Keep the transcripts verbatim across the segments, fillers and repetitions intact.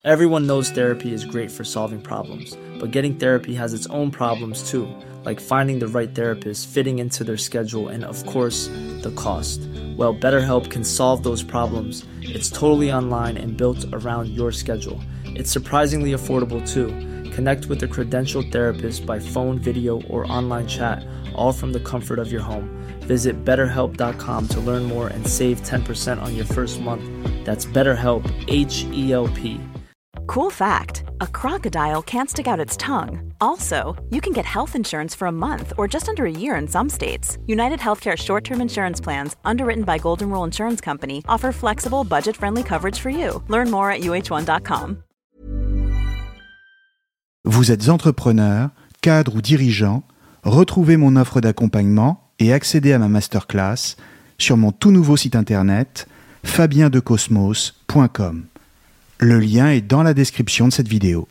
Everyone knows therapy is great for solving problems, but getting therapy has its own problems too, like finding the right therapist, fitting into their schedule, and of course, the cost. Well, BetterHelp can solve those problems. It's totally online and built around your schedule. It's surprisingly affordable too. Connect with a credentialed therapist by phone, video, or online chat, all from the comfort of your home. Visit better help dot com to learn more and save ten percent on your first month. That's BetterHelp, H E L P. Cool fact, a crocodile can't stick out its tongue. Also, you can get health insurance for a month or just under a year in some states. United Healthcare short-term insurance plans, underwritten by Golden Rule Insurance Company, offer flexible, budget-friendly coverage for you. Learn more at U H one dot com. Vous êtes entrepreneur, cadre ou dirigeant, retrouvez mon offre d'accompagnement et accédez à ma masterclass sur mon tout nouveau site internet fabien de cosmos point com. Le lien est dans la description de cette vidéo.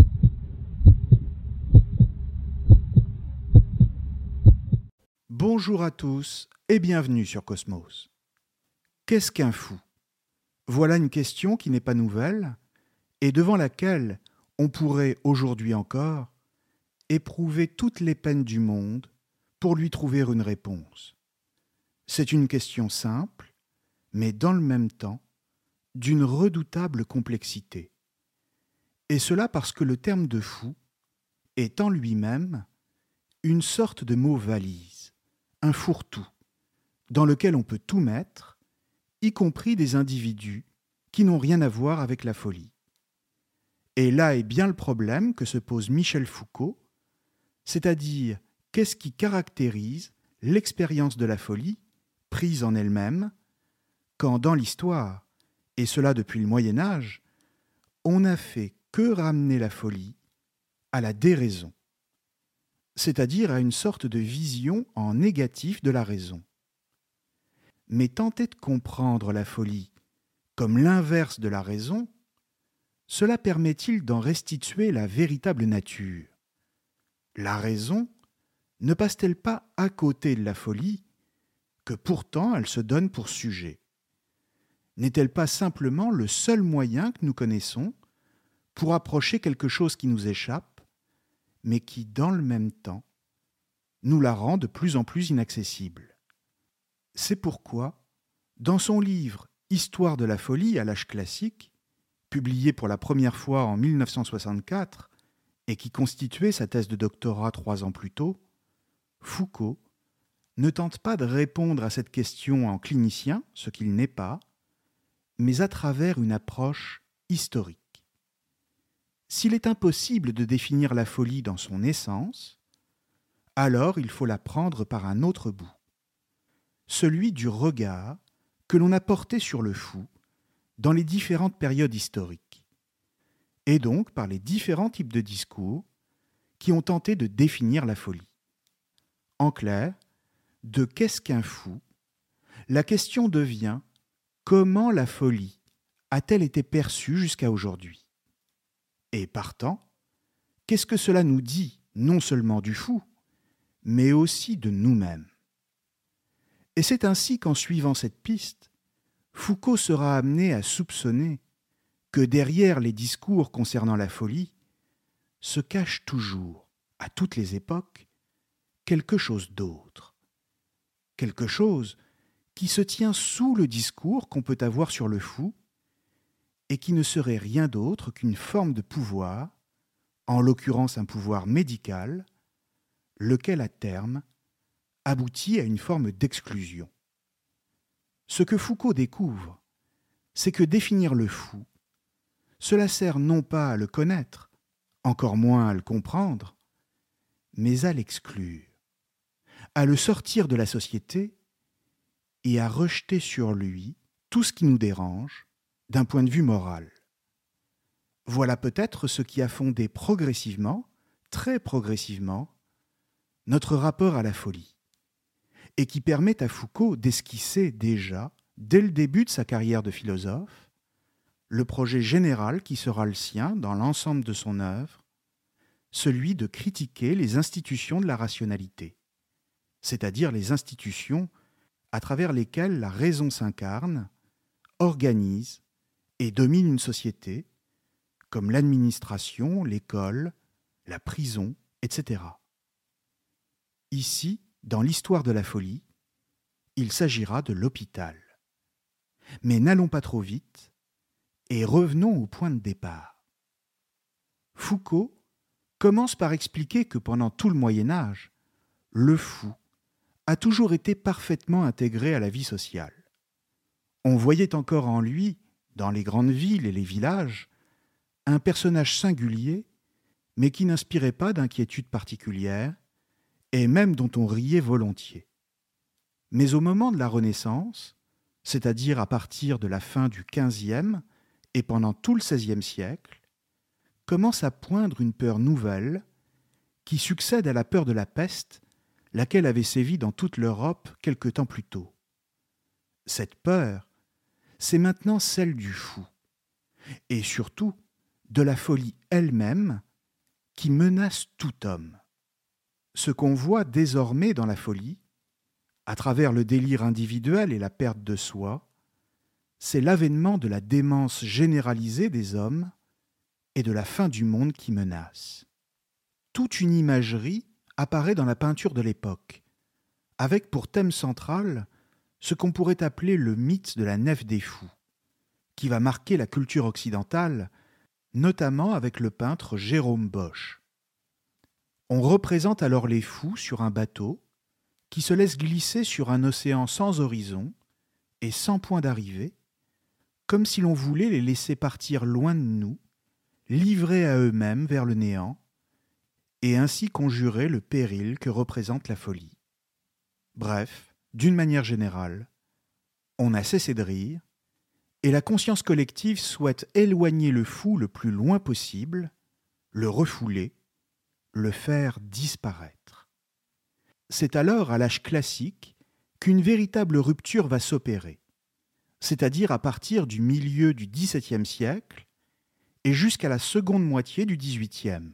Bonjour à tous et bienvenue sur Cosmos. Qu'est-ce qu'un fou ? Voilà une question qui n'est pas nouvelle et devant laquelle on pourrait aujourd'hui encore éprouver toutes les peines du monde pour lui trouver une réponse. C'est une question simple, mais dans le même temps, d'une redoutable complexité. Et cela parce que le terme de fou est en lui-même une sorte de mot valise, un fourre-tout, dans lequel on peut tout mettre, y compris des individus qui n'ont rien à voir avec la folie. Et là est bien le problème que se pose Michel Foucault, c'est-à-dire qu'est-ce qui caractérise l'expérience de la folie, prise en elle-même, quand dans l'histoire, et cela depuis le Moyen-Âge, on n'a fait que ramener la folie à la déraison, c'est-à-dire à une sorte de vision en négatif de la raison. Mais tenter de comprendre la folie comme l'inverse de la raison, cela permet-il d'en restituer la véritable nature ? La raison ne passe-t-elle pas à côté de la folie, que pourtant elle se donne pour sujet ? N'est-elle pas simplement le seul moyen que nous connaissons pour approcher quelque chose qui nous échappe, mais qui, dans le même temps, nous la rend de plus en plus inaccessible ? C'est pourquoi, dans son livre « Histoire de la folie à l'âge classique », publié pour la première fois en mille neuf cent soixante-quatre et qui constituait sa thèse de doctorat trois ans plus tôt, Foucault ne tente pas de répondre à cette question en clinicien, ce qu'il n'est pas, mais à travers une approche historique. S'il est impossible de définir la folie dans son essence, alors il faut la prendre par un autre bout, celui du regard que l'on a porté sur le fou dans les différentes périodes historiques, et donc par les différents types de discours qui ont tenté de définir la folie. En clair, de qu'est-ce qu'un fou, la question devient comment la folie a-t-elle été perçue jusqu'à aujourd'hui ? Et partant, qu'est-ce que cela nous dit non seulement du fou, mais aussi de nous-mêmes ? Et c'est ainsi qu'en suivant cette piste, Foucault sera amené à soupçonner que derrière les discours concernant la folie se cache toujours, à toutes les époques, quelque chose d'autre. Quelque chose qui se tient sous le discours qu'on peut avoir sur le fou et qui ne serait rien d'autre qu'une forme de pouvoir, en l'occurrence un pouvoir médical, lequel à terme aboutit à une forme d'exclusion. Ce que Foucault découvre, c'est que définir le fou, cela sert non pas à le connaître, encore moins à le comprendre, mais à l'exclure, à le sortir de la société et à rejeter sur lui tout ce qui nous dérange d'un point de vue moral. Voilà peut-être ce qui a fondé progressivement, très progressivement, notre rapport à la folie, et qui permet à Foucault d'esquisser déjà, dès le début de sa carrière de philosophe, le projet général qui sera le sien dans l'ensemble de son œuvre, celui de critiquer les institutions de la rationalité, c'est-à-dire les institutions à travers lesquelles la raison s'incarne, organise et domine une société, comme l'administration, l'école, la prison, et cetera. Ici, dans l'histoire de la folie, il s'agira de l'hôpital. Mais n'allons pas trop vite et revenons au point de départ. Foucault commence par expliquer que pendant tout le Moyen-Âge, le fou a toujours été parfaitement intégré à la vie sociale. On voyait encore en lui, dans les grandes villes et les villages, un personnage singulier, mais qui n'inspirait pas d'inquiétude particulière, et même dont on riait volontiers. Mais au moment de la Renaissance, c'est-à-dire à partir de la fin du quinzième et pendant tout le seizième siècle, commence à poindre une peur nouvelle qui succède à la peur de la peste, laquelle avait sévi dans toute l'Europe quelque temps plus tôt. Cette peur, c'est maintenant celle du fou, et surtout de la folie elle-même qui menace tout homme. Ce qu'on voit désormais dans la folie, à travers le délire individuel et la perte de soi, c'est l'avènement de la démence généralisée des hommes et de la fin du monde qui menace. Toute une imagerie apparaît dans la peinture de l'époque, avec pour thème central ce qu'on pourrait appeler le mythe de la nef des fous, qui va marquer la culture occidentale, notamment avec le peintre Jérôme Bosch. On représente alors les fous sur un bateau qui se laisse glisser sur un océan sans horizon et sans point d'arrivée, comme si l'on voulait les laisser partir loin de nous, livrés à eux-mêmes vers le néant, et ainsi conjurer le péril que représente la folie. Bref, d'une manière générale, on a cessé de rire, et la conscience collective souhaite éloigner le fou le plus loin possible, le refouler, le faire disparaître. C'est alors à l'âge classique qu'une véritable rupture va s'opérer, c'est-à-dire à partir du milieu du dix-septième siècle et jusqu'à la seconde moitié du dix-huitième.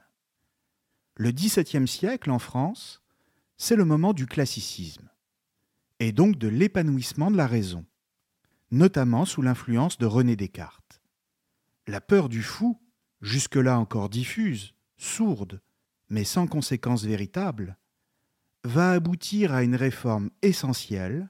Le dix-septième siècle en France, c'est le moment du classicisme, et donc de l'épanouissement de la raison, notamment sous l'influence de René Descartes. La peur du fou, jusque-là encore diffuse, sourde, mais sans conséquences véritables, va aboutir à une réforme essentielle,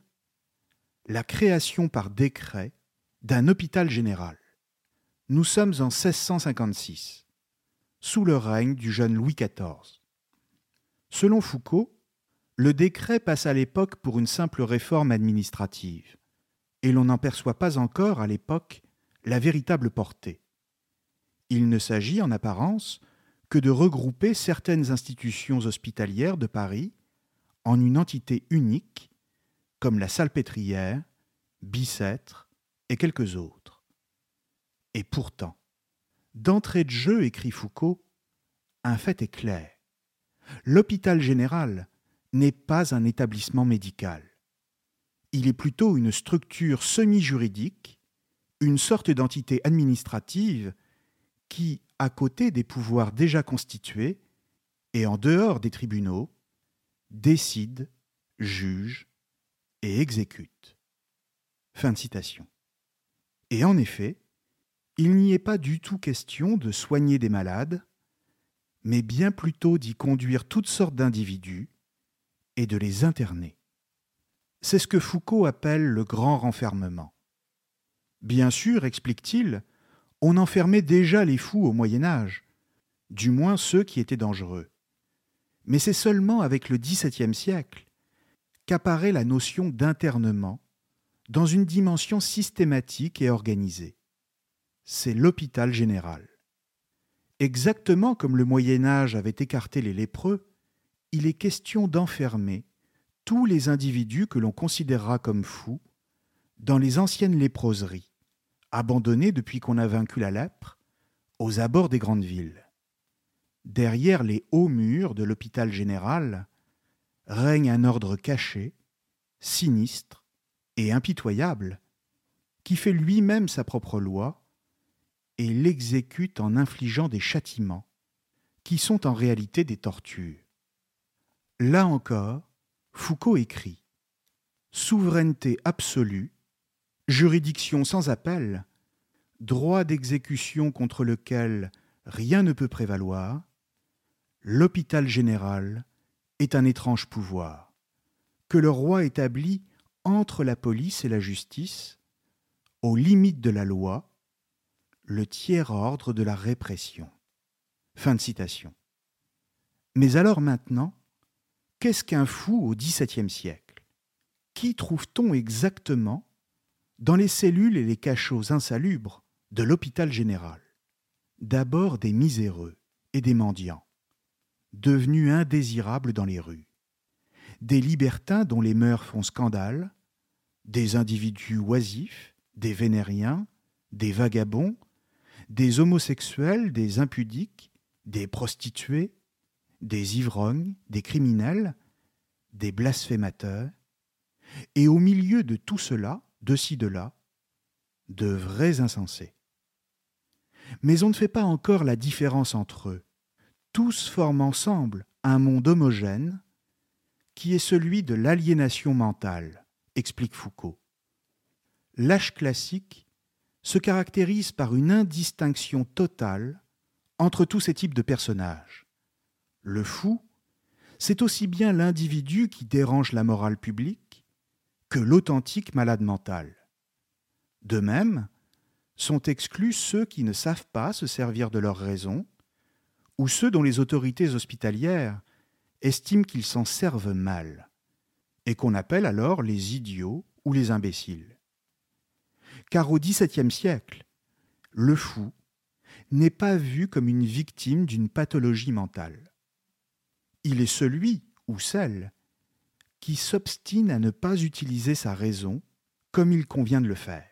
la création par décret d'un hôpital général. Nous sommes en seize cent cinquante-six, sous le règne du jeune Louis quatorze. Selon Foucault, le décret passe à l'époque pour une simple réforme administrative, et l'on n'en perçoit pas encore à l'époque la véritable portée. Il ne s'agit en apparence que de regrouper certaines institutions hospitalières de Paris en une entité unique, comme la Salpêtrière, Bicêtre et quelques autres. Et pourtant, d'entrée de jeu, écrit Foucault, un fait est clair. L'hôpital général n'est pas un établissement médical. Il est plutôt une structure semi-juridique, une sorte d'entité administrative qui, à côté des pouvoirs déjà constitués et en dehors des tribunaux, décide, juge et exécute. Fin de citation. Et en effet, il n'y est pas du tout question de soigner des malades, mais bien plutôt d'y conduire toutes sortes d'individus et de les interner. C'est ce que Foucault appelle le grand renfermement. Bien sûr, explique-t-il, on enfermait déjà les fous au Moyen-Âge, du moins ceux qui étaient dangereux. Mais c'est seulement avec le dix-septième siècle qu'apparaît la notion d'internement dans une dimension systématique et organisée. C'est l'hôpital général. Exactement comme le Moyen-Âge avait écarté les lépreux, il est question d'enfermer tous les individus que l'on considérera comme fous dans les anciennes léproseries, abandonnées depuis qu'on a vaincu la lèpre, aux abords des grandes villes. Derrière les hauts murs de l'hôpital général règne un ordre caché, sinistre et impitoyable, qui fait lui-même sa propre loi et l'exécute en infligeant des châtiments, qui sont en réalité des tortures. Là encore, Foucault écrit « Souveraineté absolue, juridiction sans appel, droit d'exécution contre lequel rien ne peut prévaloir, l'hôpital général est un étrange pouvoir, que le roi établit entre la police et la justice, aux limites de la loi, le tiers ordre de la répression. Fin de citation. Mais alors maintenant, qu'est-ce qu'un fou au dix-septième siècle? Qui trouve-t-on exactement dans les cellules et les cachots insalubres de l'hôpital général? D'abord des miséreux et des mendiants, devenus indésirables dans les rues, des libertins dont les mœurs font scandale, des individus oisifs, des vénériens, des vagabonds, des homosexuels, des impudiques, des prostituées, des ivrognes, des criminels, des blasphémateurs, et au milieu de tout cela, de ci, de là, de vrais insensés. Mais on ne fait pas encore la différence entre eux. Tous forment ensemble un monde homogène qui est celui de l'aliénation mentale, explique Foucault. L'âge classique se caractérise par une indistinction totale entre tous ces types de personnages. Le fou, c'est aussi bien l'individu qui dérange la morale publique que l'authentique malade mental. De même, sont exclus ceux qui ne savent pas se servir de leur raison ou ceux dont les autorités hospitalières estiment qu'ils s'en servent mal et qu'on appelle alors les idiots ou les imbéciles. Car au dix-septième siècle, le fou n'est pas vu comme une victime d'une pathologie mentale. Il est celui ou celle qui s'obstine à ne pas utiliser sa raison comme il convient de le faire.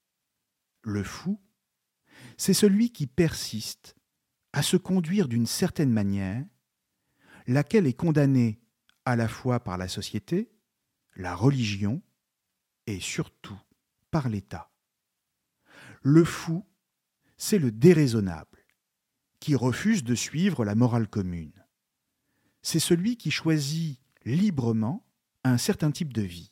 Le fou, c'est celui qui persiste à se conduire d'une certaine manière, laquelle est condamnée à la fois par la société, la religion et surtout par l'État. Le fou, c'est le déraisonnable, qui refuse de suivre la morale commune. C'est celui qui choisit librement un certain type de vie.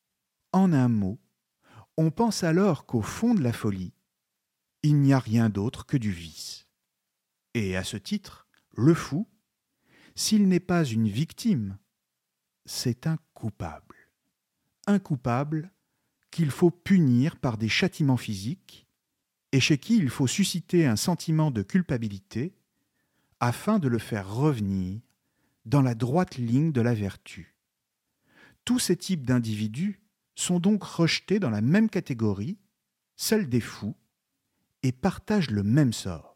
En un mot, on pense alors qu'au fond de la folie, il n'y a rien d'autre que du vice. Et à ce titre, le fou, s'il n'est pas une victime, c'est un coupable. Un coupable qu'il faut punir par des châtiments physiques et chez qui il faut susciter un sentiment de culpabilité afin de le faire revenir dans la droite ligne de la vertu. Tous ces types d'individus sont donc rejetés dans la même catégorie, celle des fous, et partagent le même sort.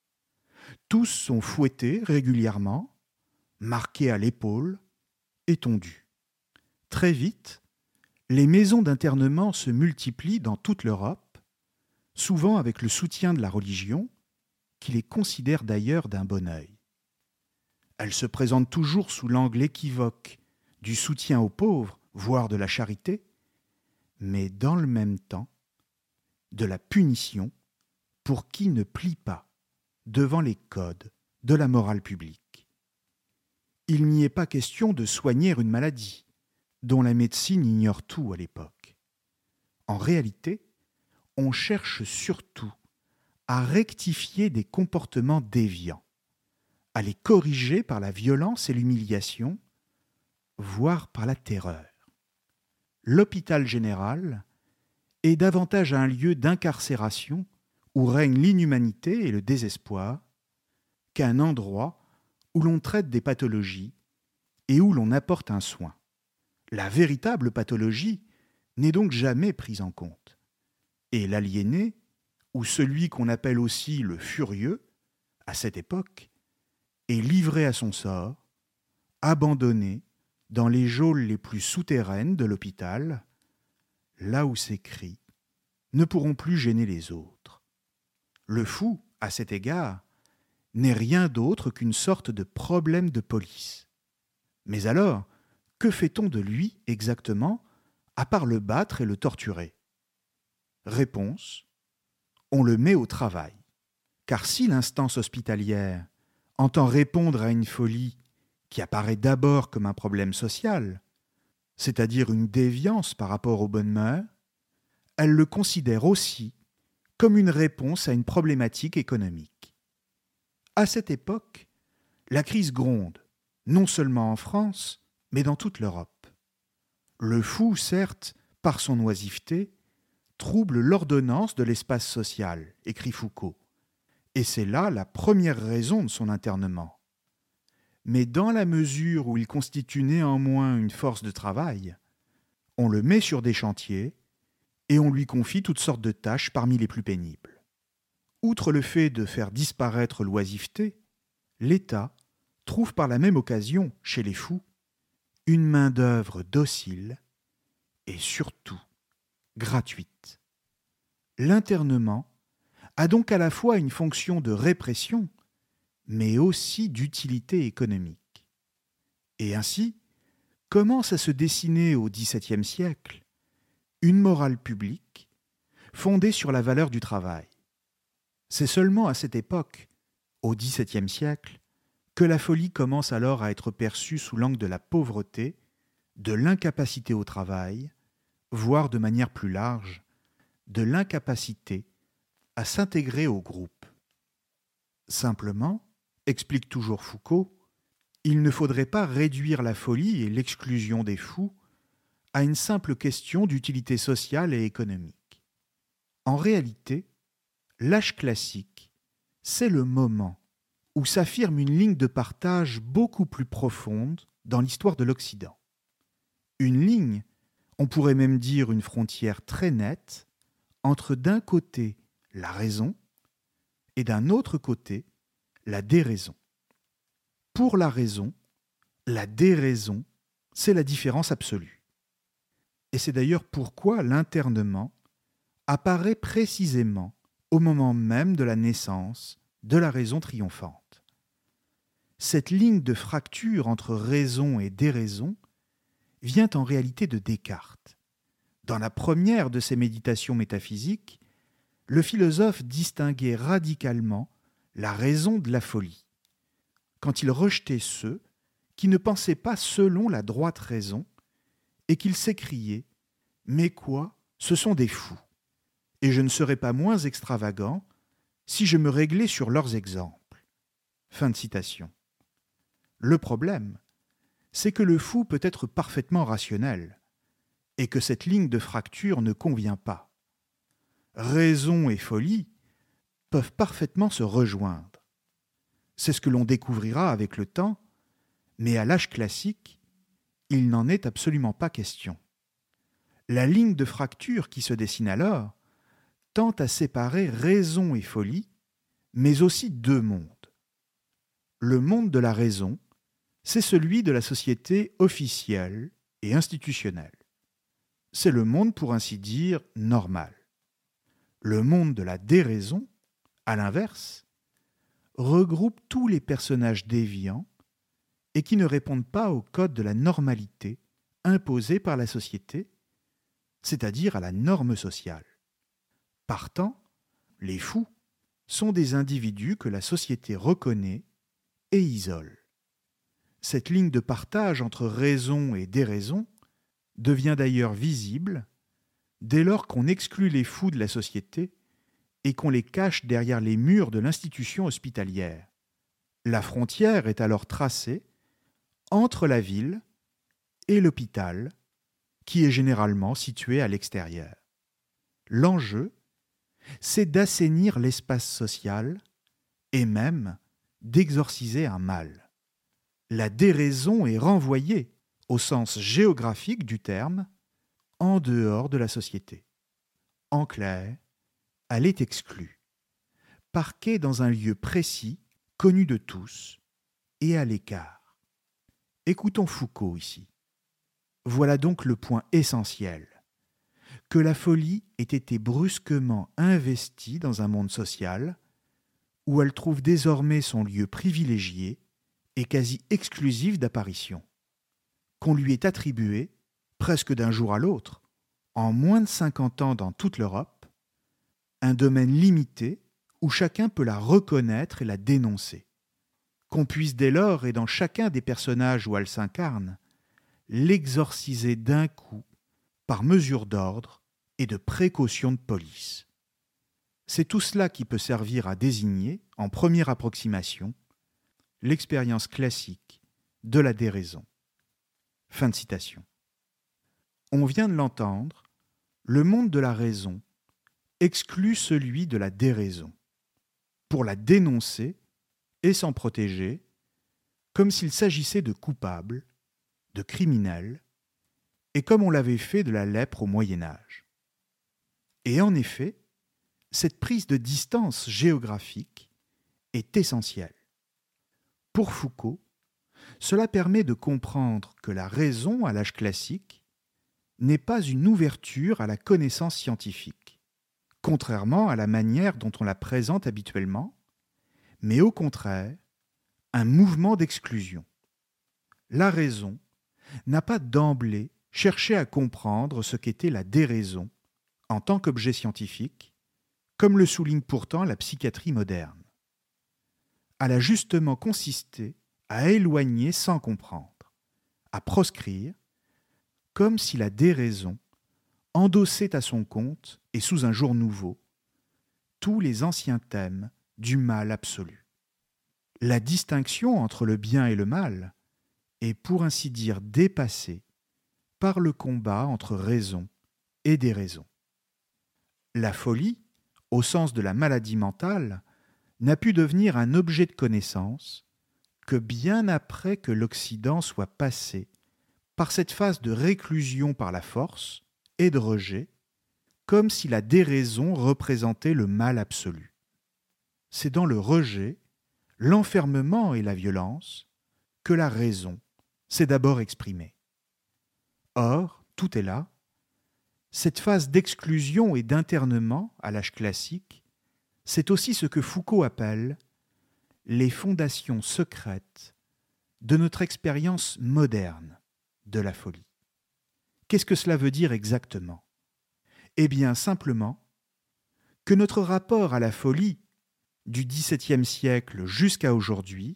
Tous sont fouettés régulièrement, marqués à l'épaule et tondus. Très vite, les maisons d'internement se multiplient dans toute l'Europe, souvent avec le soutien de la religion, qui les considère d'ailleurs d'un bon œil. Elles se présentent toujours sous l'angle équivoque du soutien aux pauvres, voire de la charité, mais dans le même temps, de la punition pour qui ne plie pas devant les codes de la morale publique. Il n'y est pas question de soigner une maladie, dont la médecine ignore tout à l'époque. En réalité, on cherche surtout à rectifier des comportements déviants, à les corriger par la violence et l'humiliation, voire par la terreur. L'hôpital général est davantage un lieu d'incarcération où règne l'inhumanité et le désespoir qu'un endroit où l'on traite des pathologies et où l'on apporte un soin. La véritable pathologie n'est donc jamais prise en compte. Et l'aliéné, ou celui qu'on appelle aussi le furieux, à cette époque, est livré à son sort, abandonné dans les geôles les plus souterraines de l'hôpital, là où ses cris ne pourront plus gêner les autres. Le fou, à cet égard, n'est rien d'autre qu'une sorte de problème de police. Mais alors, que fait-on de lui exactement, à part le battre et le torturer? Réponse: on le met au travail. Car si l'instance hospitalière entend répondre à une folie qui apparaît d'abord comme un problème social, c'est-à-dire une déviance par rapport aux bonnes mœurs, elle le considère aussi comme une réponse à une problématique économique. À cette époque, la crise gronde, non seulement en France, mais dans toute l'Europe. Le fou, certes, par son oisiveté, trouble l'ordonnance de l'espace social, écrit Foucault, et c'est là la première raison de son internement. Mais dans la mesure où il constitue néanmoins une force de travail, on le met sur des chantiers et on lui confie toutes sortes de tâches parmi les plus pénibles. Outre le fait de faire disparaître l'oisiveté, l'État trouve par la même occasion, chez les fous, une main-d'œuvre docile et surtout gratuite. L'internement a donc à la fois une fonction de répression, mais aussi d'utilité économique. Et ainsi, commence à se dessiner au dix-septième siècle une morale publique fondée sur la valeur du travail. C'est seulement à cette époque, au dix-septième siècle, que la folie commence alors à être perçue sous l'angle de la pauvreté, de l'incapacité au travail, voire de manière plus large, de l'incapacité à s'intégrer au groupe. Simplement, explique toujours Foucault, il ne faudrait pas réduire la folie et l'exclusion des fous à une simple question d'utilité sociale et économique. En réalité, l'âge classique, c'est le moment où s'affirme une ligne de partage beaucoup plus profonde dans l'histoire de l'Occident. Une ligne, on pourrait même dire une frontière très nette, entre d'un côté la raison et d'un autre côté la déraison. Pour la raison, la déraison, c'est la différence absolue. Et c'est d'ailleurs pourquoi l'internement apparaît précisément au moment même de la naissance de la raison triomphante. Cette ligne de fracture entre raison et déraison vient en réalité de Descartes. Dans la première de ses méditations métaphysiques, le philosophe distinguait radicalement la raison de la folie, quand il rejetait ceux qui ne pensaient pas selon la droite raison et qu'il s'écriait « Mais quoi, ce sont des fous, et je ne serais pas moins extravagant si je me réglais sur leurs exemples. » Fin de citation. Le problème, c'est que le fou peut être parfaitement rationnel, et que cette ligne de fracture ne convient pas. Raison et folie peuvent parfaitement se rejoindre. C'est ce que l'on découvrira avec le temps, mais à l'âge classique, il n'en est absolument pas question. La ligne de fracture qui se dessine alors tend à séparer raison et folie, mais aussi deux mondes. Le monde de la raison, c'est celui de la société officielle et institutionnelle. C'est le monde, pour ainsi dire, normal. Le monde de la déraison, à l'inverse, regroupe tous les personnages déviants et qui ne répondent pas au code de la normalité imposé par la société, c'est-à-dire à la norme sociale. Partant, les fous sont des individus que la société reconnaît et isole. Cette ligne de partage entre raison et déraison devient d'ailleurs visible dès lors qu'on exclut les fous de la société et qu'on les cache derrière les murs de l'institution hospitalière. La frontière est alors tracée entre la ville et l'hôpital, qui est généralement situé à l'extérieur. L'enjeu, c'est d'assainir l'espace social et même d'exorciser un mal. La déraison est renvoyée, au sens géographique du terme, en dehors de la société. En clair, elle est exclue, parquée dans un lieu précis, connu de tous, et à l'écart. Écoutons Foucault ici. Voilà donc le point essentiel, que la folie ait été brusquement investie dans un monde social où elle trouve désormais son lieu privilégié et quasi exclusif d'apparition, qu'on lui ait attribué, presque d'un jour à l'autre, en moins de cinquante ans dans toute l'Europe, un domaine limité où chacun peut la reconnaître et la dénoncer, qu'on puisse dès lors, et dans chacun des personnages où elle s'incarne, l'exorciser d'un coup par mesure d'ordre et de précaution de police. c'est tout cela qui peut servir à désigner, en première approximation, l'expérience classique de la déraison. Fin de citation. On vient de l'entendre, le monde de la raison exclut celui de la déraison, pour la dénoncer et s'en protéger, comme s'il s'agissait de coupables, de criminels, et comme on l'avait fait de la lèpre au Moyen-Âge. Et en effet, cette prise de distance géographique est essentielle. Pour Foucault, cela permet de comprendre que la raison à l'âge classique n'est pas une ouverture à la connaissance scientifique, contrairement à la manière dont on la présente habituellement, mais au contraire, un mouvement d'exclusion. La raison n'a pas d'emblée cherché à comprendre ce qu'était la déraison en tant qu'objet scientifique, comme le souligne pourtant la psychiatrie moderne. Elle a justement consisté à éloigner sans comprendre, à proscrire, comme si la déraison endossait à son compte et sous un jour nouveau tous les anciens thèmes du mal absolu. La distinction entre le bien et le mal est pour ainsi dire dépassée par le combat entre raison et déraison. La folie, au sens de la maladie mentale, n'a pu devenir un objet de connaissance que bien après que l'Occident soit passé par cette phase de réclusion par la force et de rejet, comme si la déraison représentait le mal absolu. C'est dans le rejet, l'enfermement et la violence que la raison s'est d'abord exprimée. Or, tout est là. Cette phase d'exclusion et d'internement à l'âge classique, c'est aussi ce que Foucault appelle les fondations secrètes de notre expérience moderne de la folie. Qu'est-ce que cela veut dire exactement ? Eh bien, simplement que notre rapport à la folie du dix-septième siècle jusqu'à aujourd'hui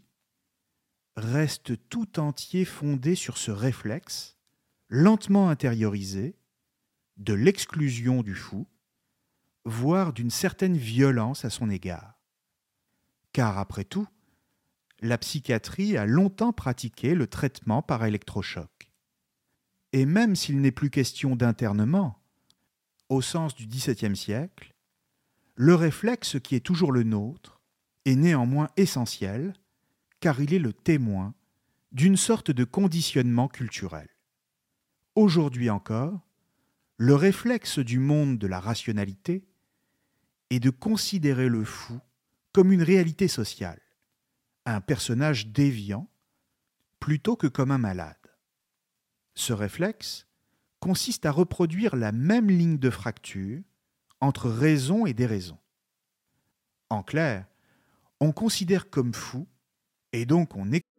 reste tout entier fondé sur ce réflexe, lentement intériorisé, de l'exclusion du fou, voire d'une certaine violence à son égard. Car après tout, la psychiatrie a longtemps pratiqué le traitement par électrochoc. Et même s'il n'est plus question d'internement, au sens du dix-septième siècle, le réflexe qui est toujours le nôtre est néanmoins essentiel, car il est le témoin d'une sorte de conditionnement culturel. Aujourd'hui encore, le réflexe du monde de la rationalité est de considérer le fou comme une réalité sociale, un personnage déviant, plutôt que comme un malade. Ce réflexe consiste à reproduire la même ligne de fracture entre raison et déraison. En clair, on considère comme fou, et donc on est...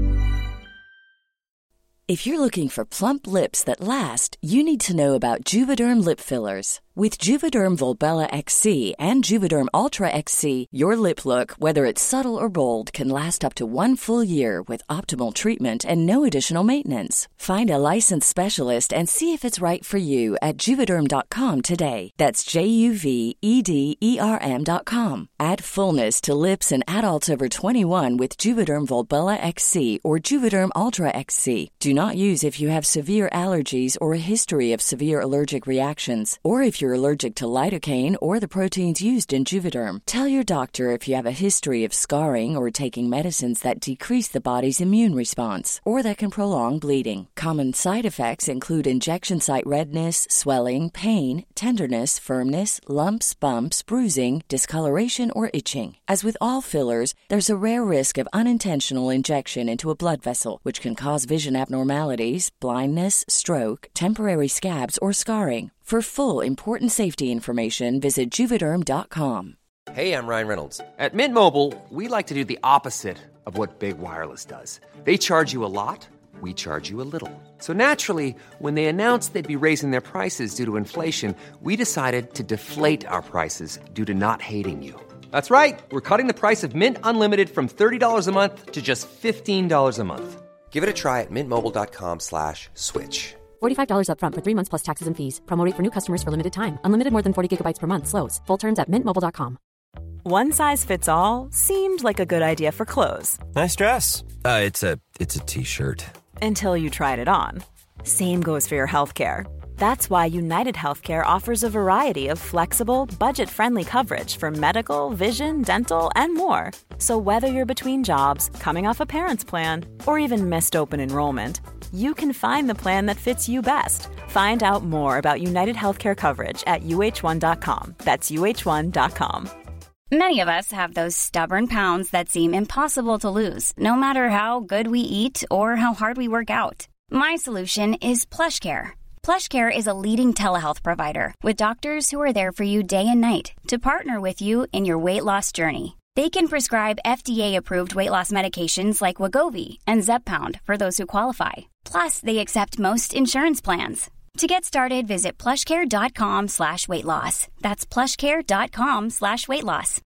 If you're looking for plump lips that last, you need to know about Juvederm lip fillers. With Juvederm Volbella X C and Juvederm Ultra X C, your lip look, whether it's subtle or bold, can last up to one full year with optimal treatment and no additional maintenance. Find a licensed specialist and see if it's right for you at Juvederm dot com today. That's J U V E D E R M dot com. Add fullness to lips in adults over twenty-one with Juvederm Volbella X C or Juvederm Ultra X C. Do not use if you have severe allergies or a history of severe allergic reactions, or if you're allergic to lidocaine or the proteins used in Juvederm. Tell your doctor if you have a history of scarring or taking medicines that decrease the body's immune response or that can prolong bleeding. Common side effects include injection site redness, swelling, pain, tenderness, firmness, lumps, bumps, bruising, discoloration, or itching. As with all fillers, there's a rare risk of unintentional injection into a blood vessel, which can cause vision abnormalities, blindness, stroke, temporary scabs, or scarring. For full, important safety information, visit Juvederm dot com. Hey, I'm Ryan Reynolds. At Mint Mobile, we like to do the opposite of what Big Wireless does. They charge you a lot, we charge you a little. So naturally, when they announced they'd be raising their prices due to inflation, we decided to deflate our prices due to not hating you. That's right. We're cutting the price of Mint Unlimited from thirty dollars a month to just fifteen dollars a month. Give it a try at mintmobile.com slash switch. forty-five dollars up front for three months plus taxes and fees. Promo rate for new customers for limited time. Unlimited more than forty gigabytes per month slows. Full terms at mint mobile dot com. One size fits all seemed like a good idea for clothes. Nice dress. Uh, it's a it's a t-shirt. Until you tried it on. Same goes for your healthcare. That's why United Healthcare offers a variety of flexible, budget-friendly coverage for medical, vision, dental, and more. So whether you're between jobs, coming off a parent's plan, or even missed open enrollment, you can find the plan that fits you best. Find out more about United Healthcare coverage at U H one dot com. That's U H one dot com. Many of us have those stubborn pounds that seem impossible to lose, no matter how good we eat or how hard we work out. My solution is PlushCare. PlushCare is a leading telehealth provider with doctors who are there for you day and night to partner with you in your weight loss journey. They can prescribe F D A-approved weight loss medications like Wegovy and Zepbound for those who qualify. Plus, they accept most insurance plans. To get started, visit plushcare.com slash weight loss. That's plushcare.com slash weight loss.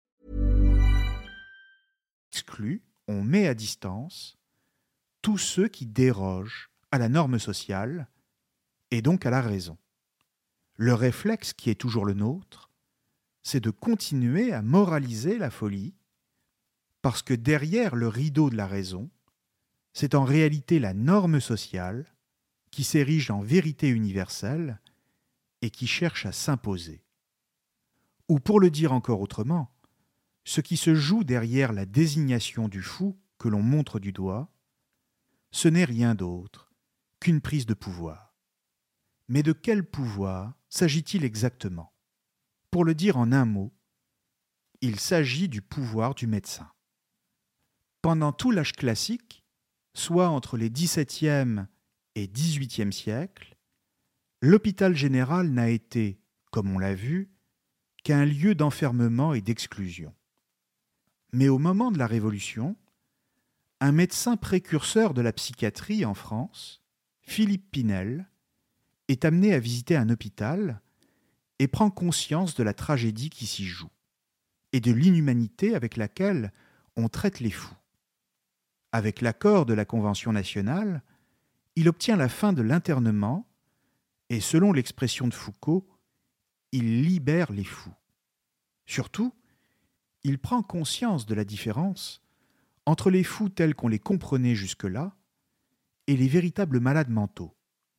Exclu, on met à distance tous ceux qui dérogent à la norme sociale et donc à la raison. Le réflexe qui est toujours le nôtre, c'est de continuer à moraliser la folie, parce que derrière le rideau de la raison, c'est en réalité la norme sociale qui s'érige en vérité universelle et qui cherche à s'imposer. Ou pour le dire encore autrement, ce qui se joue derrière la désignation du fou que l'on montre du doigt, ce n'est rien d'autre qu'une prise de pouvoir. Mais de quel pouvoir s'agit-il exactement ? Pour le dire en un mot, il s'agit du pouvoir du médecin. Pendant tout l'âge classique, soit entre les dix-septième et dix-huitième siècles, l'hôpital général n'a été, comme on l'a vu, qu'un lieu d'enfermement et d'exclusion. Mais au moment de la Révolution, un médecin précurseur de la psychiatrie en France, Philippe Pinel, est amené à visiter un hôpital et prend conscience de la tragédie qui s'y joue et de l'inhumanité avec laquelle on traite les fous. Avec l'accord de la Convention nationale, il obtient la fin de l'internement et, selon l'expression de Foucault, il libère les fous. Surtout, il prend conscience de la différence entre les fous tels qu'on les comprenait jusque-là et les véritables malades mentaux.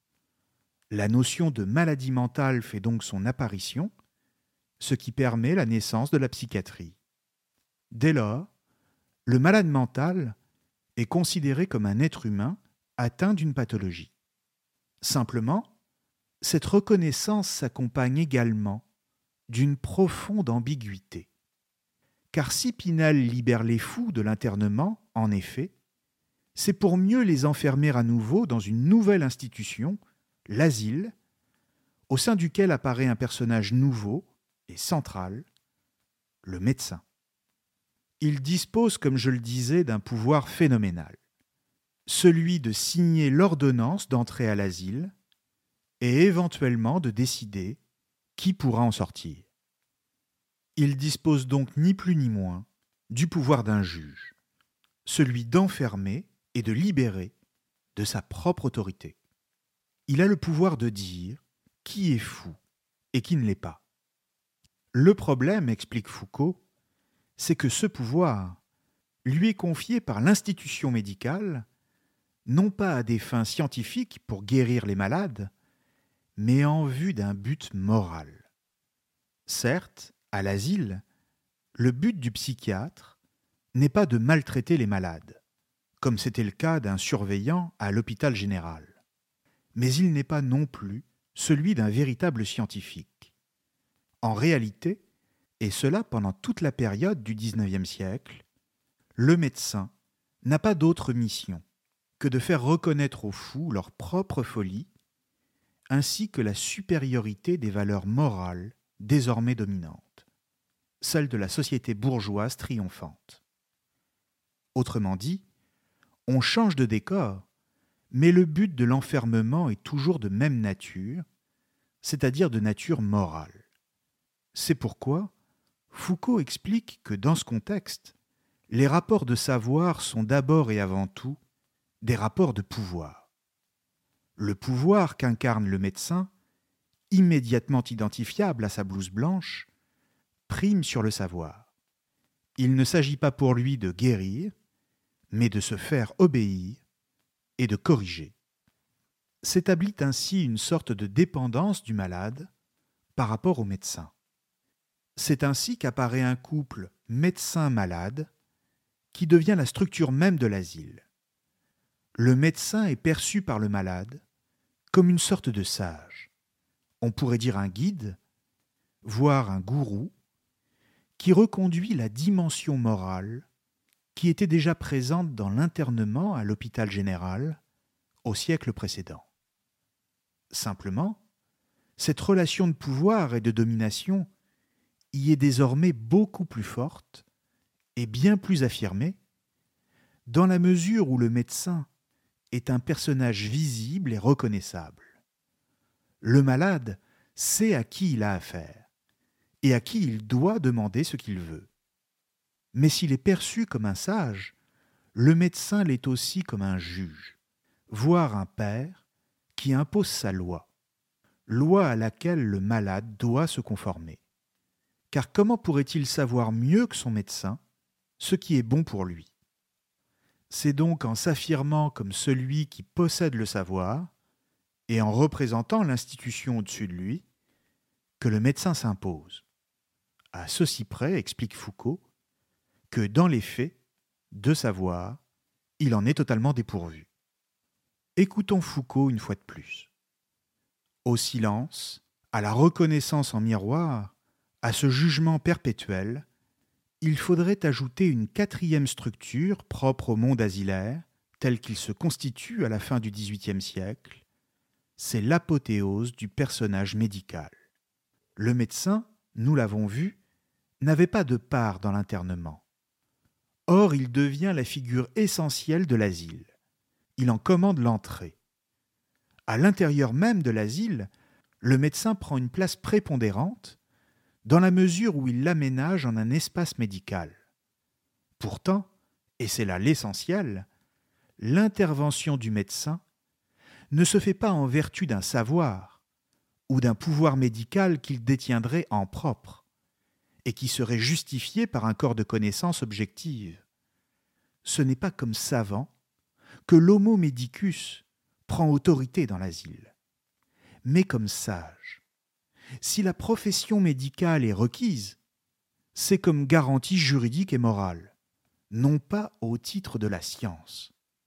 La notion de maladie mentale fait donc son apparition, ce qui permet la naissance de la psychiatrie. Dès lors, le malade mental est considéré comme un être humain atteint d'une pathologie. Simplement, cette reconnaissance s'accompagne également d'une profonde ambiguïté. Car si Pinel libère les fous de l'internement, en effet, c'est pour mieux les enfermer à nouveau dans une nouvelle institution, l'asile, au sein duquel apparaît un personnage nouveau et central, le médecin. Il dispose, comme je le disais, d'un pouvoir phénoménal, celui de signer l'ordonnance d'entrée à l'asile et éventuellement de décider qui pourra en sortir. Il dispose donc ni plus ni moins du pouvoir d'un juge, celui d'enfermer et de libérer de sa propre autorité. Il a le pouvoir de dire qui est fou et qui ne l'est pas. Le problème, explique Foucault, c'est que ce pouvoir lui est confié par l'institution médicale, non pas à des fins scientifiques pour guérir les malades, mais en vue d'un but moral. Certes, à l'asile, le but du psychiatre n'est pas de maltraiter les malades, comme c'était le cas d'un surveillant à l'hôpital général. Mais il n'est pas non plus celui d'un véritable scientifique. En réalité, et cela pendant toute la période du dix-neuvième siècle, le médecin n'a pas d'autre mission que de faire reconnaître aux fous leur propre folie, ainsi que la supériorité des valeurs morales désormais dominantes, celle de la société bourgeoise triomphante. Autrement dit, on change de décor, mais le but de l'enfermement est toujours de même nature, c'est-à-dire de nature morale. C'est pourquoi Foucault explique que dans ce contexte, les rapports de savoir sont d'abord et avant tout des rapports de pouvoir. Le pouvoir qu'incarne le médecin, immédiatement identifiable à sa blouse blanche, prime sur le savoir. Il ne s'agit pas pour lui de guérir, mais de se faire obéir et de corriger. S'établit ainsi une sorte de dépendance du malade par rapport au médecin. C'est ainsi qu'apparaît un couple médecin-malade qui devient la structure même de l'asile. Le médecin est perçu par le malade comme une sorte de sage. On pourrait dire un guide, voire un gourou, qui reconduit la dimension morale qui était déjà présente dans l'internement à l'hôpital général au siècle précédent. Simplement, cette relation de pouvoir et de domination y est désormais beaucoup plus forte et bien plus affirmée, dans la mesure où le médecin est un personnage visible et reconnaissable. Le malade sait à qui il a affaire et à qui il doit demander ce qu'il veut. Mais s'il est perçu comme un sage, le médecin l'est aussi comme un juge, voire un père qui impose sa loi, loi à laquelle le malade doit se conformer. Car comment pourrait-il savoir mieux que son médecin ce qui est bon pour lui ? C'est donc en s'affirmant comme celui qui possède le savoir et en représentant l'institution au-dessus de lui que le médecin s'impose. À ceci près, explique Foucault, que dans les faits, de savoir, il en est totalement dépourvu. Écoutons Foucault une fois de plus. Au silence, à la reconnaissance en miroir, à ce jugement perpétuel, il faudrait ajouter une quatrième structure propre au monde asilaire, tel qu'il se constitue à la fin du dix-huitième siècle, c'est l'apothéose du personnage médical. Le médecin, nous l'avons vu, n'avait pas de part dans l'internement. Or, il devient la figure essentielle de l'asile. Il en commande l'entrée. À l'intérieur même de l'asile, le médecin prend une place prépondérante dans la mesure où il l'aménage en un espace médical. Pourtant, et c'est là l'essentiel, l'intervention du médecin ne se fait pas en vertu d'un savoir ou d'un pouvoir médical qu'il détiendrait en propre et qui serait justifié par un corps de connaissances objectives. Ce n'est pas comme savant que l'homo medicus prend autorité dans l'asile, mais comme sage. Si la profession médicale est requise, c'est comme garantie juridique et morale, non pas au titre de la science.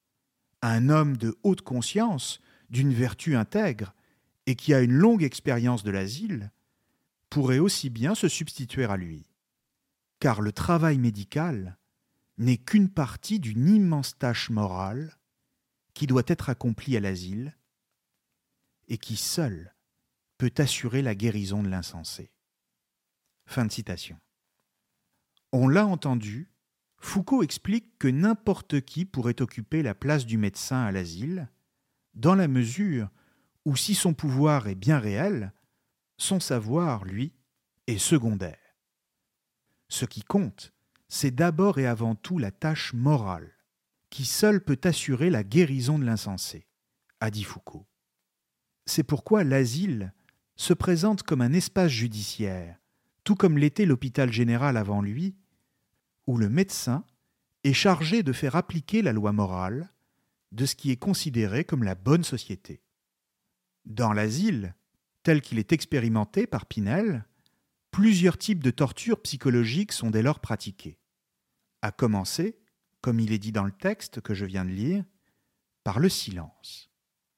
Un homme de haute conscience, d'une vertu intègre, et qui a une longue expérience de l'asile, pourrait aussi bien se substituer à lui. Car le travail médical n'est qu'une partie d'une immense tâche morale qui doit être accomplie à l'asile et qui seule peut assurer la guérison de l'insensé. Fin de citation. On l'a entendu, Foucault explique que n'importe qui pourrait occuper la place du médecin à l'asile, dans la mesure où si son pouvoir est bien réel, son savoir, lui, est secondaire. Ce qui compte, c'est d'abord et avant tout la tâche morale, qui seule peut assurer la guérison de l'insensé, a dit Foucault. C'est pourquoi l'asile se présente comme un espace judiciaire, tout comme l'était l'hôpital général avant lui, où le médecin est chargé de faire appliquer la loi morale de ce qui est considéré comme la bonne société. Dans l'asile, tel qu'il est expérimenté par Pinel, plusieurs types de tortures psychologiques sont dès lors pratiqués, à commencer, comme il est dit dans le texte que je viens de lire, par le silence.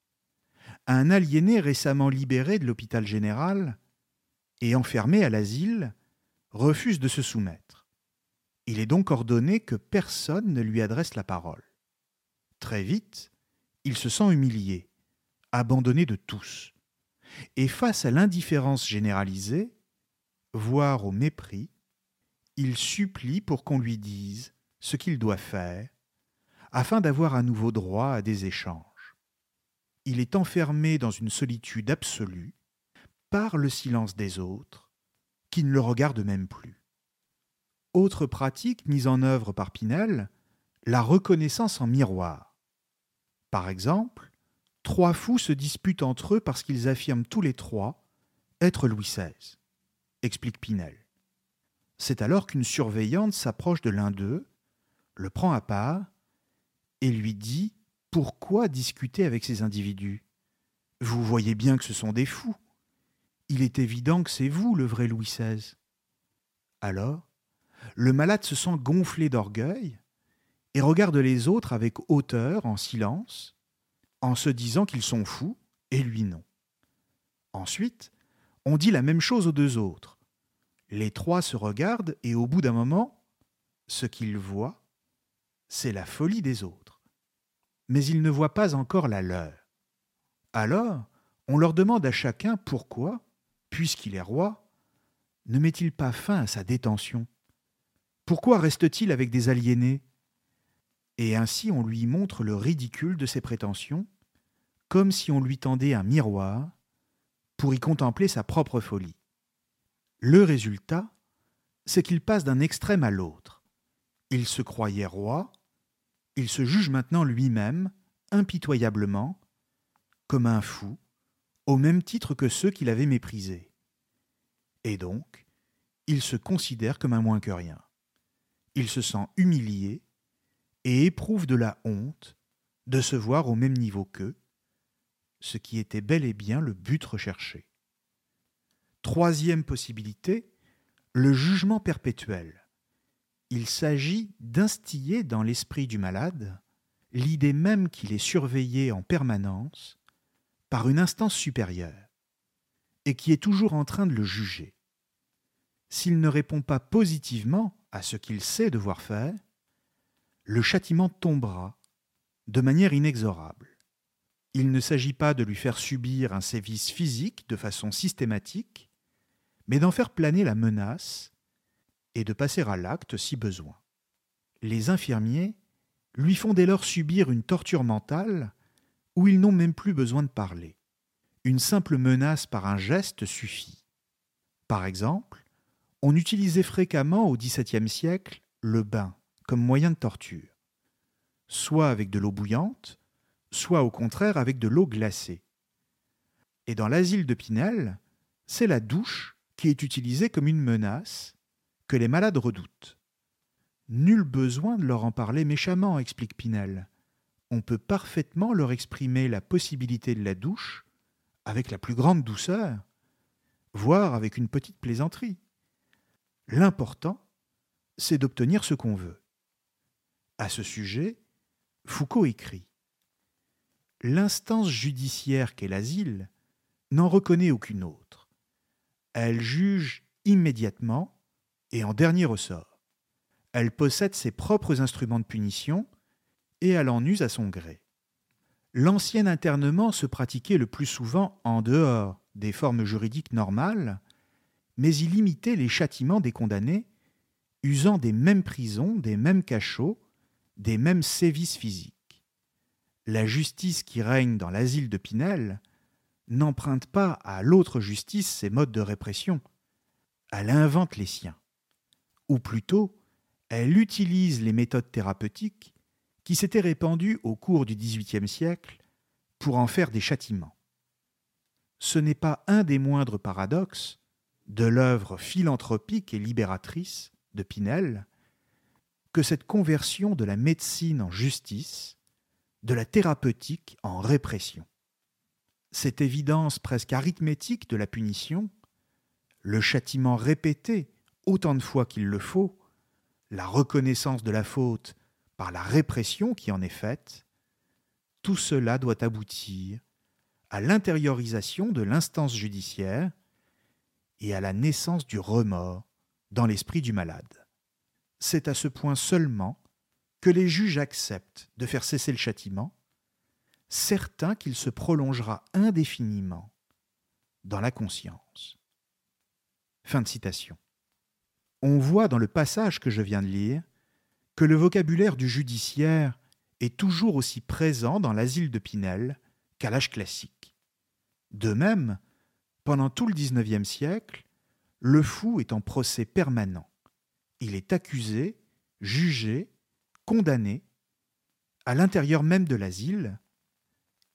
Un aliéné récemment libéré de l'hôpital général et enfermé à l'asile refuse de se soumettre. Il est donc ordonné que personne ne lui adresse la parole. Très vite, il se sent humilié, abandonné de tous, et face à l'indifférence généralisée, voire au mépris, il supplie pour qu'on lui dise ce qu'il doit faire afin d'avoir à nouveau droit à des échanges. Il est enfermé dans une solitude absolue par le silence des autres, qui ne le regardent même plus. Autre pratique mise en œuvre par Pinel, la reconnaissance en miroir. Par exemple, trois fous se disputent entre eux parce qu'ils affirment tous les trois être Louis seize, explique Pinel. C'est alors qu'une surveillante s'approche de l'un d'eux, le prend à part et lui dit « Pourquoi discuter avec ces individus ? Vous voyez bien que ce sont des fous. Il est évident que c'est vous le vrai Louis seize. » Alors, le malade se sent gonflé d'orgueil et regarde les autres avec hauteur, en silence, en se disant qu'ils sont fous et lui non. Ensuite, on dit la même chose aux deux autres. Les trois se regardent et au bout d'un moment, ce qu'ils voient, c'est la folie des autres. Mais ils ne voient pas encore la leur. Alors, on leur demande à chacun pourquoi, puisqu'il est roi, ne met-il pas fin à sa détention ? Pourquoi reste-t-il avec des aliénés ? Et ainsi on lui montre le ridicule de ses prétentions, comme si on lui tendait un miroir pour y contempler sa propre folie. Le résultat, c'est qu'il passe d'un extrême à l'autre. Il se croyait roi, il se juge maintenant lui-même, impitoyablement, comme un fou, au même titre que ceux qui l'avaient méprisé. Et donc, il se considère comme un moins que rien. Il se sent humilié et éprouve de la honte de se voir au même niveau qu'eux, ce qui était bel et bien le but recherché. Troisième possibilité, le jugement perpétuel. Il s'agit d'instiller dans l'esprit du malade l'idée même qu'il est surveillé en permanence par une instance supérieure et qui est toujours en train de le juger. S'il ne répond pas positivement à ce qu'il sait devoir faire, le châtiment tombera de manière inexorable. Il ne s'agit pas de lui faire subir un sévice physique de façon systématique, mais d'en faire planer la menace et de passer à l'acte si besoin. Les infirmiers lui font dès lors subir une torture mentale où ils n'ont même plus besoin de parler. Une simple menace par un geste suffit. Par exemple, on utilisait fréquemment au dix-septième siècle le bain comme moyen de torture, soit avec de l'eau bouillante, soit au contraire avec de l'eau glacée. Et dans l'asile de Pinel, c'est la douche qui est utilisée comme une menace que les malades redoutent. Nul besoin de leur en parler méchamment, explique Pinel. On peut parfaitement leur exprimer la possibilité de la douche avec la plus grande douceur, voire avec une petite plaisanterie. L'important, c'est d'obtenir ce qu'on veut. À ce sujet, Foucault écrit « L'instance judiciaire qu'est l'asile n'en reconnaît aucune autre. Elle juge immédiatement et en dernier ressort. Elle possède ses propres instruments de punition et elle en use à son gré. L'ancien internement se pratiquait le plus souvent en dehors des formes juridiques normales, mais il imitait les châtiments des condamnés, usant des mêmes prisons, des mêmes cachots, des mêmes sévices physiques. La justice qui règne dans l'asile de Pinel n'emprunte pas à l'autre justice ses modes de répression. Elle invente les siens. Ou plutôt, elle utilise les méthodes thérapeutiques qui s'étaient répandues au cours du dix-huitième siècle pour en faire des châtiments. Ce n'est pas un des moindres paradoxes de l'œuvre philanthropique et libératrice de Pinel que cette conversion de la médecine en justice, de la thérapeutique en répression. Cette évidence presque arithmétique de la punition, le châtiment répété autant de fois qu'il le faut, la reconnaissance de la faute par la répression qui en est faite, tout cela doit aboutir à l'intériorisation de l'instance judiciaire et à la naissance du remords dans l'esprit du malade. C'est à ce point seulement que les juges acceptent de faire cesser le châtiment, certains qu'il se prolongera indéfiniment dans la conscience. Fin de citation. On voit dans le passage que je viens de lire que le vocabulaire du judiciaire est toujours aussi présent dans l'asile de Pinel qu'à l'âge classique. De même, pendant tout le dix-neuvième siècle, le fou est en procès permanent. Il est accusé, jugé, condamné, à l'intérieur même de l'asile,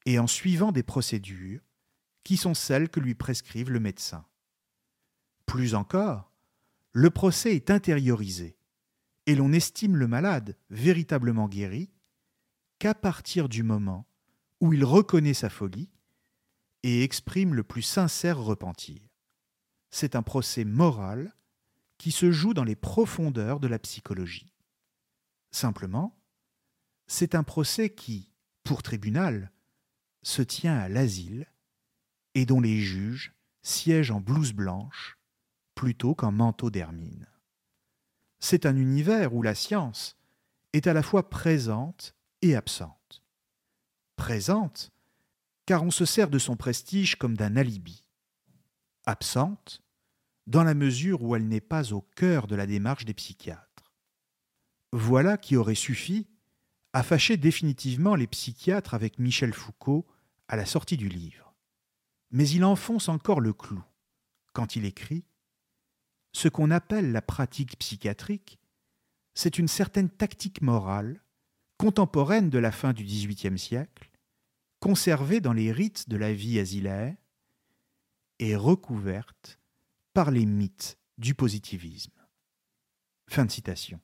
et en suivant des procédures qui sont celles que lui prescrivent le médecin. Plus encore, le procès est intériorisé et l'on estime le malade véritablement guéri qu'à partir du moment où il reconnaît sa folie et exprime le plus sincère repentir. C'est un procès moral qui se joue dans les profondeurs de la psychologie. Simplement, c'est un procès qui, pour tribunal, se tient à l'asile et dont les juges siègent en blouse blanche plutôt qu'en manteau d'hermine. C'est un univers où la science est à la fois présente et absente. Présente, car on se sert de son prestige comme d'un alibi. Absente, dans la mesure où elle n'est pas au cœur de la démarche des psychiatres. Voilà qui aurait suffi à fâcher définitivement les psychiatres avec Michel Foucault à la sortie du livre. Mais il enfonce encore le clou quand il écrit « Ce qu'on appelle la pratique psychiatrique, c'est une certaine tactique morale, contemporaine de la fin du dix-huitième siècle, conservée dans les rites de la vie asilaire et recouverte par les mythes du positivisme. » Fin de citation.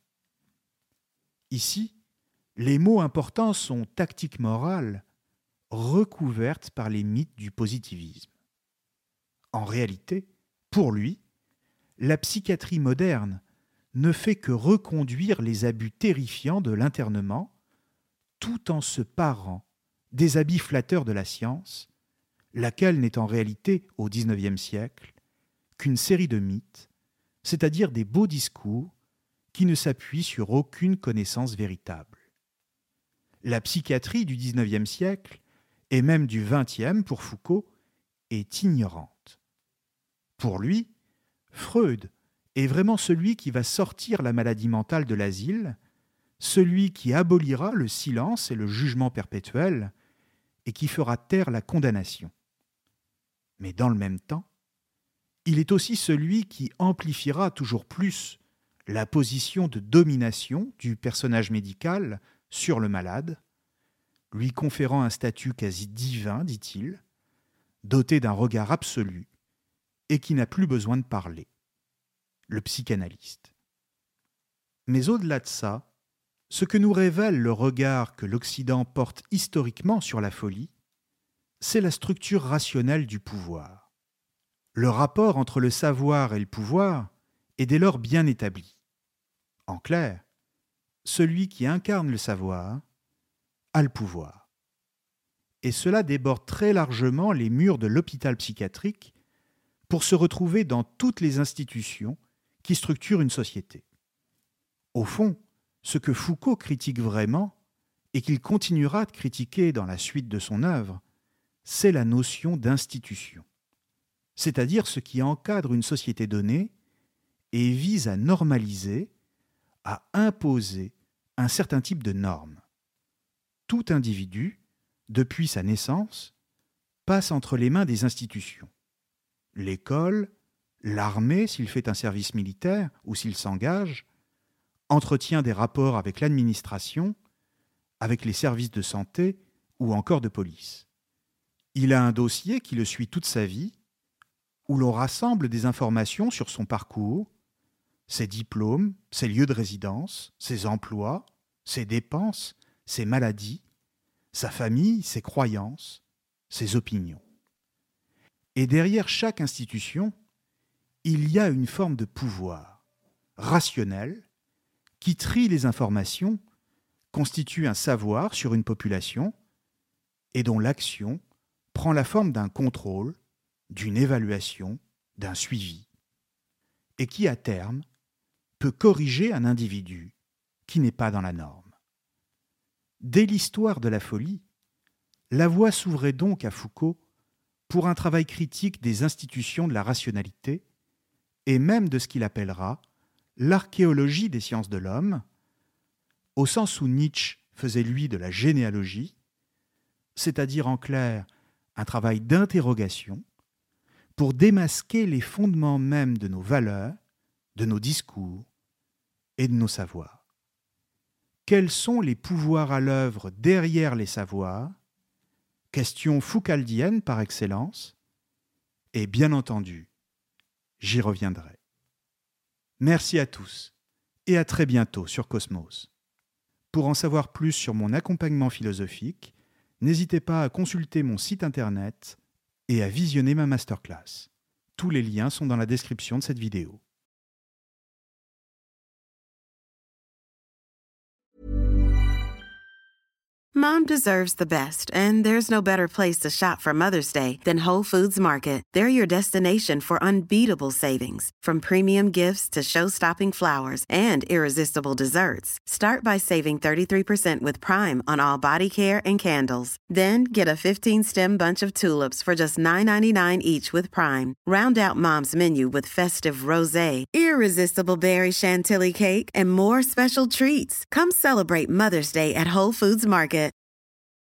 Ici, les mots importants sont tactique morale, recouverte par les mythes du positivisme. En réalité, pour lui, la psychiatrie moderne ne fait que reconduire les abus terrifiants de l'internement tout en se parant des habits flatteurs de la science, laquelle n'est en réalité, au dix-neuvième siècle, qu'une série de mythes, c'est-à-dire des beaux discours qui ne s'appuient sur aucune connaissance véritable. La psychiatrie du dix-neuvième siècle, et même du vingtième pour Foucault, est ignorante. Pour lui, Freud est vraiment celui qui va sortir la maladie mentale de l'asile, celui qui abolira le silence et le jugement perpétuel et qui fera taire la condamnation. Mais dans le même temps, il est aussi celui qui amplifiera toujours plus la position de domination du personnage médical sur le malade, lui conférant un statut quasi divin, dit-il, doté d'un regard absolu et qui n'a plus besoin de parler, le psychanalyste. Mais au-delà de ça, ce que nous révèle le regard que l'Occident porte historiquement sur la folie, c'est la structure rationnelle du pouvoir. Le rapport entre le savoir et le pouvoir est dès lors bien établi. En clair, celui qui incarne le savoir a le pouvoir. Et cela déborde très largement les murs de l'hôpital psychiatrique pour se retrouver dans toutes les institutions qui structurent une société. Au fond, ce que Foucault critique vraiment, et qu'il continuera de critiquer dans la suite de son œuvre, c'est la notion d'institution, c'est-à-dire ce qui encadre une société donnée et vise à normaliser, à imposer un certain type de normes. Tout individu, depuis sa naissance, passe entre les mains des institutions. L'école, l'armée s'il fait un service militaire ou s'il s'engage, entretient des rapports avec l'administration, avec les services de santé ou encore de police. Il a un dossier qui le suit toute sa vie, où l'on rassemble des informations sur son parcours, ses diplômes, ses lieux de résidence, ses emplois, ses dépenses, ses maladies, sa famille, ses croyances, ses opinions. Et derrière chaque institution, il y a une forme de pouvoir, rationnel, qui trie les informations, constitue un savoir sur une population et dont l'action prend la forme d'un contrôle, d'une évaluation, d'un suivi, et qui, à terme, peut corriger un individu qui n'est pas dans la norme. Dès l'histoire de la folie, la voie s'ouvrait donc à Foucault pour un travail critique des institutions de la rationalité et même de ce qu'il appellera l'archéologie des sciences de l'homme, au sens où Nietzsche faisait lui de la généalogie, c'est-à-dire en clair un travail d'interrogation pour démasquer les fondements mêmes de nos valeurs, de nos discours et de nos savoirs. Quels sont les pouvoirs à l'œuvre derrière les savoirs question foucaldienne par excellence, et bien entendu, j'y reviendrai. Merci à tous et à très bientôt sur Cosmos. Pour en savoir plus sur mon accompagnement philosophique, n'hésitez pas à consulter mon site internet et à visionner ma masterclass. Tous les liens sont dans la description de cette vidéo. Mom deserves the best, and there's no better place to shop for Mother's Day than Whole Foods Market. They're your destination for unbeatable savings, from premium gifts to show-stopping flowers and irresistible desserts. Start by saving thirty-three percent with Prime on all body care and candles. Then get a fifteen-stem bunch of tulips for just nine ninety-nine each with Prime. Round out Mom's menu with festive rosé, irresistible berry chantilly cake, and more special treats. Come celebrate Mother's Day at Whole Foods Market.